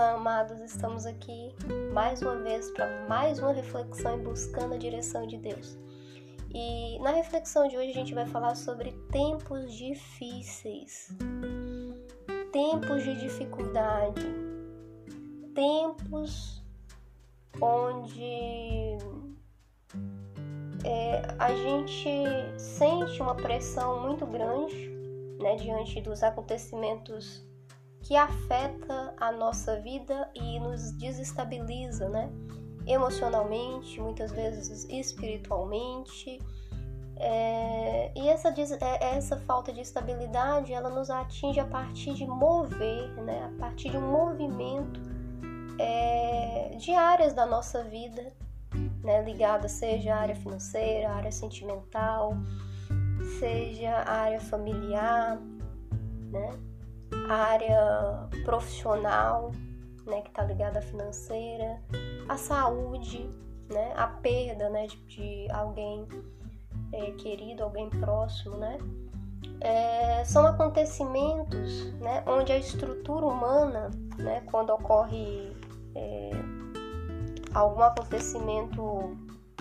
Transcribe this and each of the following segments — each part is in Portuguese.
Olá, amados, estamos aqui mais uma vez para mais uma reflexão em buscando a direção de Deus. E na reflexão de hoje a gente vai falar sobre tempos difíceis, tempos de dificuldade, tempos onde a gente sente uma pressão muito grande, né, diante dos acontecimentos que afeta a nossa vida e nos desestabiliza, né? Emocionalmente, muitas vezes espiritualmente. E essa falta de estabilidade, ela nos atinge a partir de mover, né? A partir de um movimento de áreas da nossa vida, né? Ligada seja à área financeira, à área sentimental, seja a área familiar, né? A área profissional, né, que está ligada à financeira, a saúde, né, a perda, né, de alguém querido, alguém próximo, né? São acontecimentos, né, onde a estrutura humana, né, quando ocorre algum acontecimento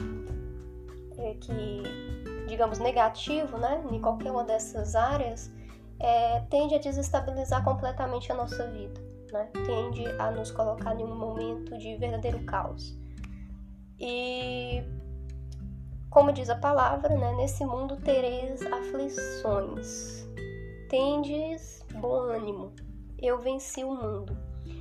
que, digamos, negativo, né, em qualquer uma dessas áreas, tende a desestabilizar completamente a nossa vida, né? Tende a nos colocar em um momento de verdadeiro caos. E, como diz a palavra, né? Nesse mundo tereis aflições. Tendes bom ânimo. Eu venci o mundo.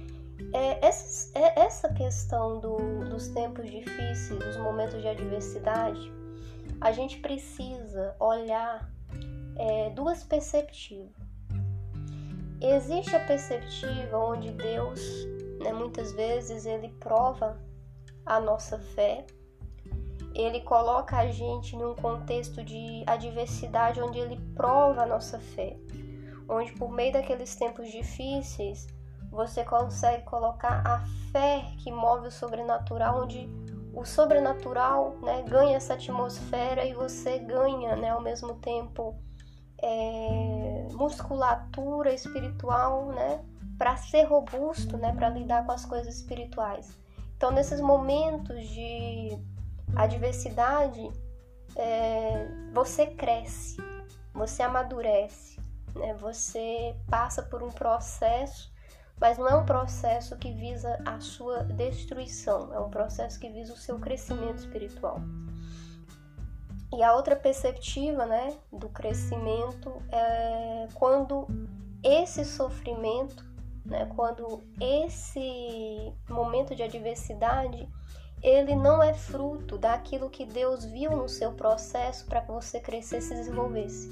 Essa questão dos tempos difíceis, dos momentos de adversidade, a gente precisa olhar duas perspectivas. Existe a perspectiva onde Deus, né, muitas vezes, ele prova a nossa fé, ele coloca a gente num contexto de adversidade onde ele prova a nossa fé, onde por meio daqueles tempos difíceis você consegue colocar a fé que move o sobrenatural, onde o sobrenatural, né, ganha essa atmosfera e você ganha, né, ao mesmo tempo musculatura espiritual, né, para ser robusto, né, para lidar com as coisas espirituais. Então, nesses momentos de adversidade, você cresce, você amadurece, né, você passa por um processo, mas não é um processo que visa a sua destruição, é um processo que visa o seu crescimento espiritual. E a outra perspectiva, né, do crescimento é quando esse sofrimento, né, quando esse momento de adversidade, ele não é fruto daquilo que Deus viu no seu processo para que você crescesse e se desenvolvesse.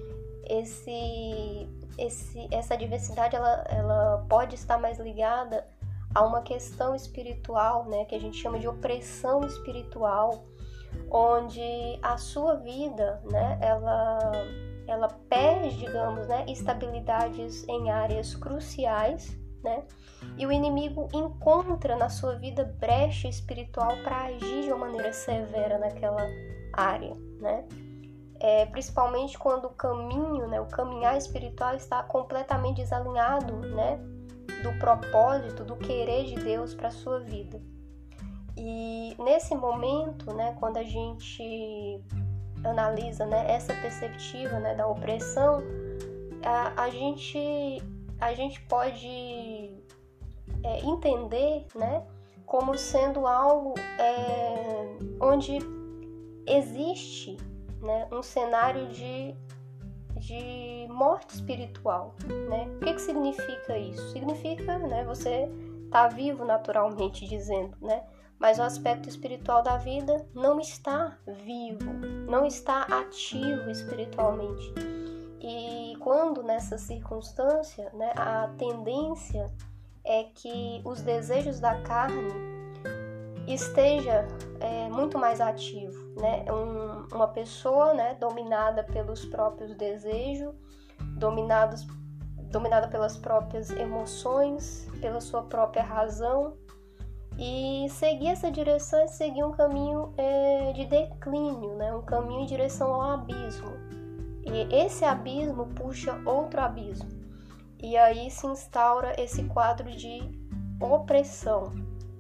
Essa adversidade, ela pode estar mais ligada a uma questão espiritual, né, que a gente chama de opressão espiritual, onde a sua vida, né, ela perde, digamos, né, estabilidades em áreas cruciais, né, e o inimigo encontra na sua vida brecha espiritual para agir de uma maneira severa naquela área, né, principalmente quando o caminho, né, o caminhar espiritual está completamente desalinhado, né, do propósito, do querer de Deus para a sua vida. E nesse momento, né, quando a gente analisa, né, essa perspectiva, né, da opressão, a gente pode entender, né, como sendo algo onde existe, né, um cenário de morte espiritual, né? O que significa isso? Significa, né, você tá vivo naturalmente dizendo, né? Mas o aspecto espiritual da vida não está vivo, não está ativo espiritualmente. E quando nessa circunstância, né, a tendência é que os desejos da carne esteja muito mais ativo, né? Uma pessoa, né, dominada pelos próprios desejos, dominada pelas próprias emoções, pela sua própria razão, e seguir essa direção é seguir um caminho de declínio, né? Um caminho em direção ao abismo. E esse abismo puxa outro abismo. E aí se instaura esse quadro de opressão,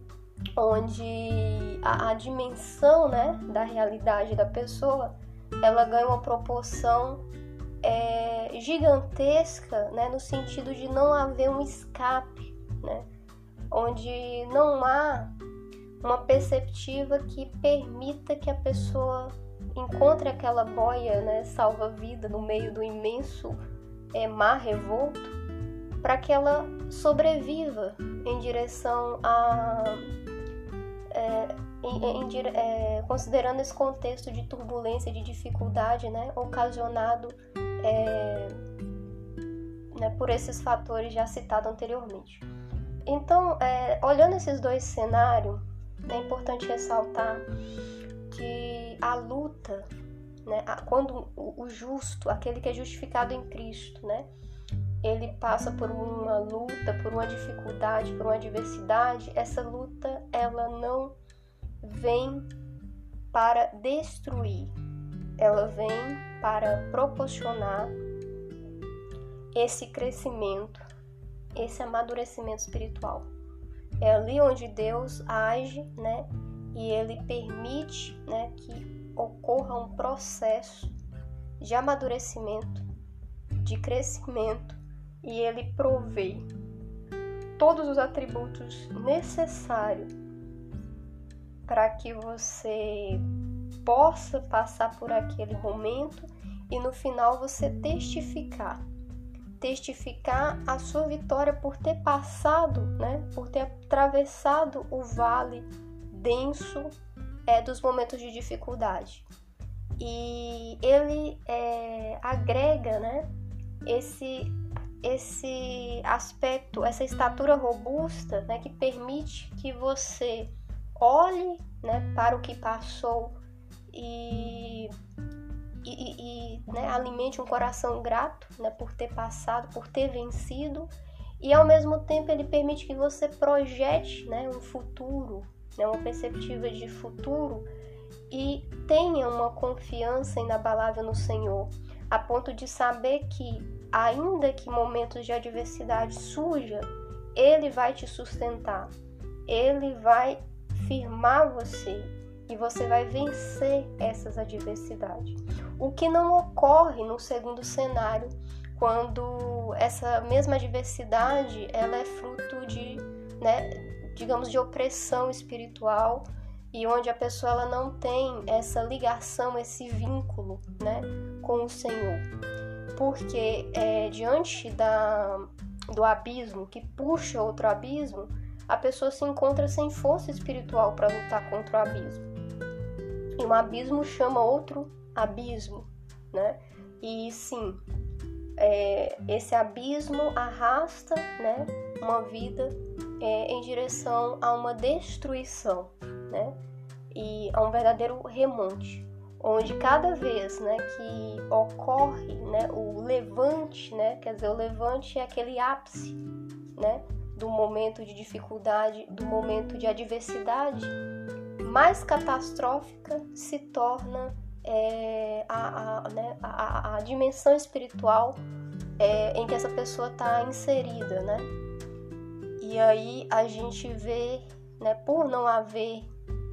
onde a dimensão, né, da realidade da pessoa, ela ganha uma proporção gigantesca, né, no sentido de não haver um escape, né, onde não há uma perspectiva que permita que a pessoa encontre aquela boia, né, salva-vida no meio do imenso mar revolto, para que ela sobreviva em direção a considerando esse contexto de turbulência, de dificuldade, né, ocasionado né, por esses fatores já citados anteriormente. Então, olhando esses dois cenários, é importante ressaltar que a luta, né, quando o justo, aquele que é justificado em Cristo, né, ele passa por uma luta, por uma dificuldade, por uma adversidade, essa luta ela não vem para destruir, ela vem para proporcionar esse crescimento, esse amadurecimento espiritual. É ali onde Deus age, né, e Ele permite, né, que ocorra um processo de amadurecimento, de crescimento, e Ele provê todos os atributos necessários para que você possa passar por aquele momento e no final você testificar a sua vitória por ter passado, né, por ter atravessado o vale denso dos momentos de dificuldade. E ele agrega, né, esse aspecto, essa estatura robusta, né, que permite que você olhe, né, para o que passou e né, alimente um coração grato, né, por ter passado, por ter vencido, e ao mesmo tempo ele permite que você projete, né, um futuro, né, uma perspectiva de futuro e tenha uma confiança inabalável no Senhor, a ponto de saber que, ainda que momentos de adversidade surjam, Ele vai te sustentar, Ele vai firmar você e você vai vencer essas adversidades. O que não ocorre no segundo cenário, quando essa mesma adversidade ela é fruto de, né, digamos, de opressão espiritual, e onde a pessoa ela não tem essa ligação, esse vínculo, né, com o Senhor. Porque diante do abismo que puxa outro abismo, a pessoa se encontra sem força espiritual para lutar contra o abismo. E um abismo chama outro abismo, né? E sim, esse abismo arrasta, né, uma vida em direção a uma destruição, né? E a um verdadeiro remonte, onde cada vez, né, que ocorre, né, o levante, né, quer dizer, o levante é aquele ápice, né, do momento de dificuldade, do momento de adversidade, mais catastrófica se torna a dimensão espiritual em que essa pessoa está inserida, né? E aí a gente vê, né, por não haver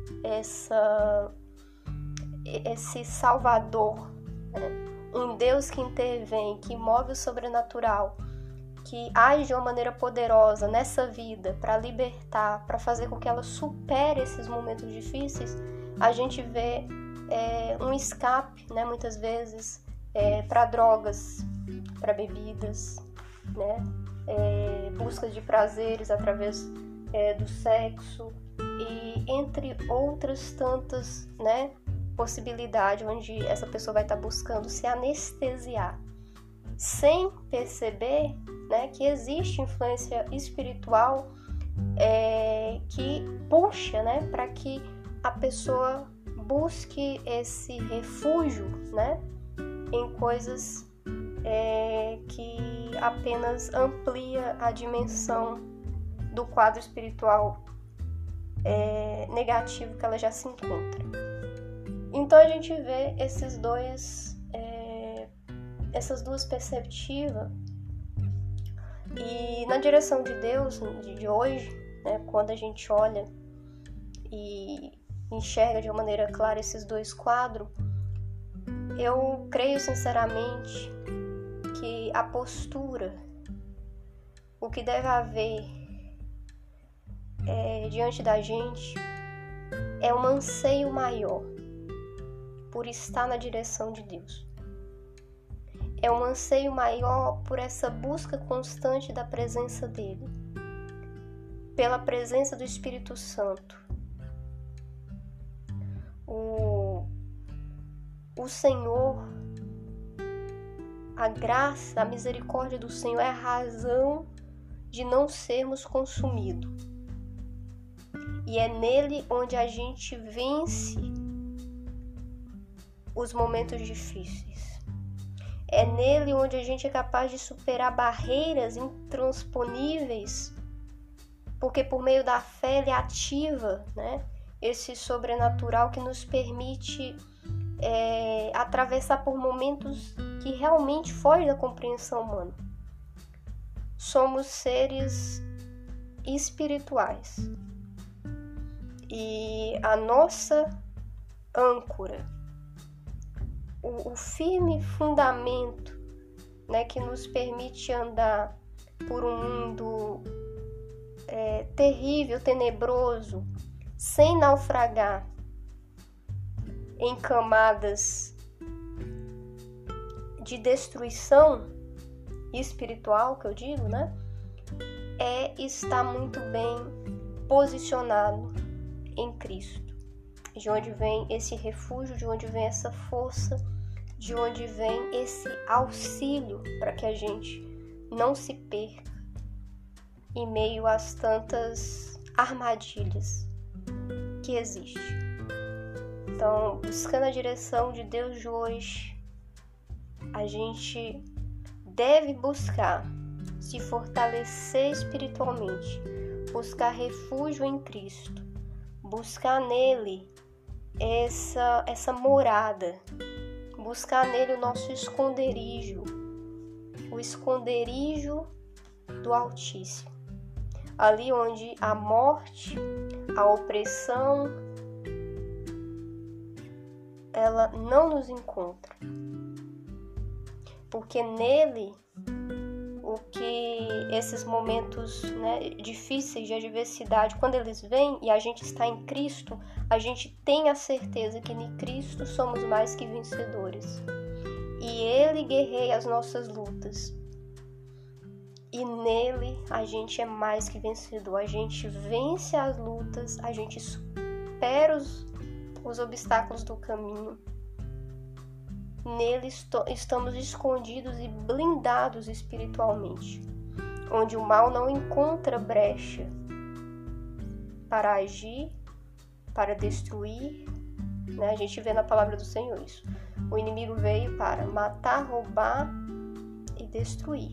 esse Salvador, né, um Deus que intervém, que move o sobrenatural, que age de uma maneira poderosa nessa vida para libertar, para fazer com que ela supere esses momentos difíceis, a gente vê um escape, né, muitas vezes, para drogas, para bebidas, né, busca de prazeres através do sexo, e entre outras tantas, né, possibilidades onde essa pessoa vai estar buscando se anestesiar, sem perceber, né, que existe influência espiritual que puxa, né, para que a pessoa busque esse refúgio, né, em coisas que apenas amplia a dimensão do quadro espiritual negativo que ela já se encontra. Então a gente vê essas duas perspectivas, e na direção de Deus de hoje, né, quando a gente olha e enxerga de uma maneira clara esses dois quadros, eu creio sinceramente que a postura, o que deve haver diante da gente é um anseio maior por estar na direção de Deus. É um anseio maior por essa busca constante da presença dele, pela presença do Espírito Santo. O Senhor, a graça, a misericórdia do Senhor é a razão de não sermos consumidos. E é nele onde a gente vence os momentos difíceis. É nele onde a gente é capaz de superar barreiras intransponíveis, porque por meio da fé ele ativa, né, esse sobrenatural que nos permite atravessar por momentos que realmente fogem da compreensão humana. Somos seres espirituais e a nossa âncora, o firme fundamento, né, que nos permite andar por um mundo terrível, tenebroso, sem naufragar em camadas de destruição espiritual, que eu digo, né, é estar muito bem posicionado em Cristo. De onde vem esse refúgio, de onde vem essa força, de onde vem esse auxílio para que a gente não se perca em meio às tantas armadilhas que existem. Então, buscando a direção de Deus de hoje, a gente deve buscar se fortalecer espiritualmente, buscar refúgio em Cristo, buscar nele essa morada, buscar nele o nosso esconderijo, o esconderijo do Altíssimo, ali onde a morte, a opressão, ela não nos encontra, porque nele o que esses momentos, né, difíceis de adversidade, quando eles vêm e a gente está em Cristo, a gente tem a certeza que em Cristo somos mais que vencedores. E Ele guerreia as nossas lutas. E nele a gente é mais que vencedor. A gente vence as lutas, a gente supera os obstáculos do caminho. Nele estamos escondidos e blindados espiritualmente, onde o mal não encontra brecha para agir, para destruir, né? A gente vê na palavra do Senhor isso. O inimigo veio para matar, roubar e destruir.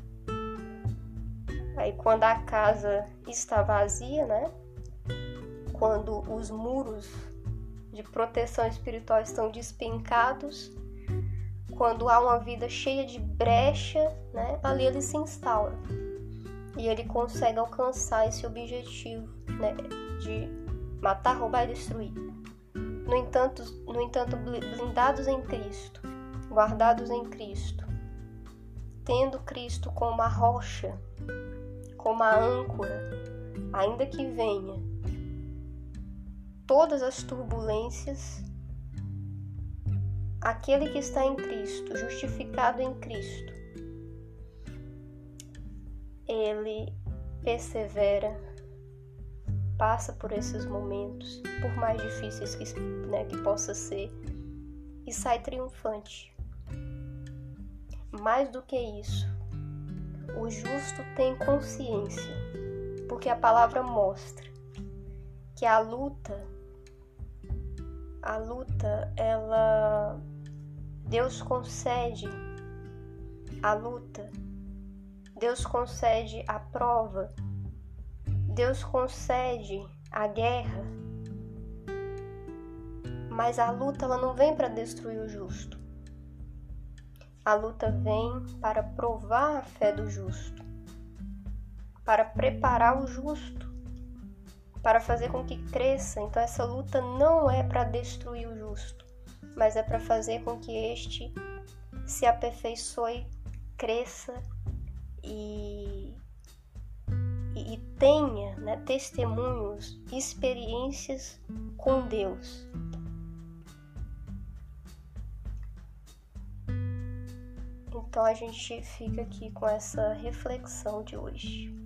Aí quando a casa está vazia, né? Quando os muros de proteção espiritual estão despencados, quando há uma vida cheia de brecha, né, ali ele se instaura e ele consegue alcançar esse objetivo, né, de matar, roubar e destruir. No entanto, blindados em Cristo, guardados em Cristo, tendo Cristo como a rocha, como a âncora, ainda que venha todas as turbulências, aquele que está em Cristo, justificado em Cristo, ele persevera, passa por esses momentos, por mais difíceis que possa ser, e sai triunfante. Mais do que isso, o justo tem consciência, porque a palavra mostra que a luta, Deus concede a luta, Deus concede a prova, Deus concede a guerra, mas a luta ela não vem para destruir o justo. A luta vem para provar a fé do justo, para preparar o justo para fazer com que cresça. Então essa luta não é para destruir o justo, mas é para fazer com que este se aperfeiçoe, cresça e tenha, né, testemunhos, experiências com Deus. Então a gente fica aqui com essa reflexão de hoje.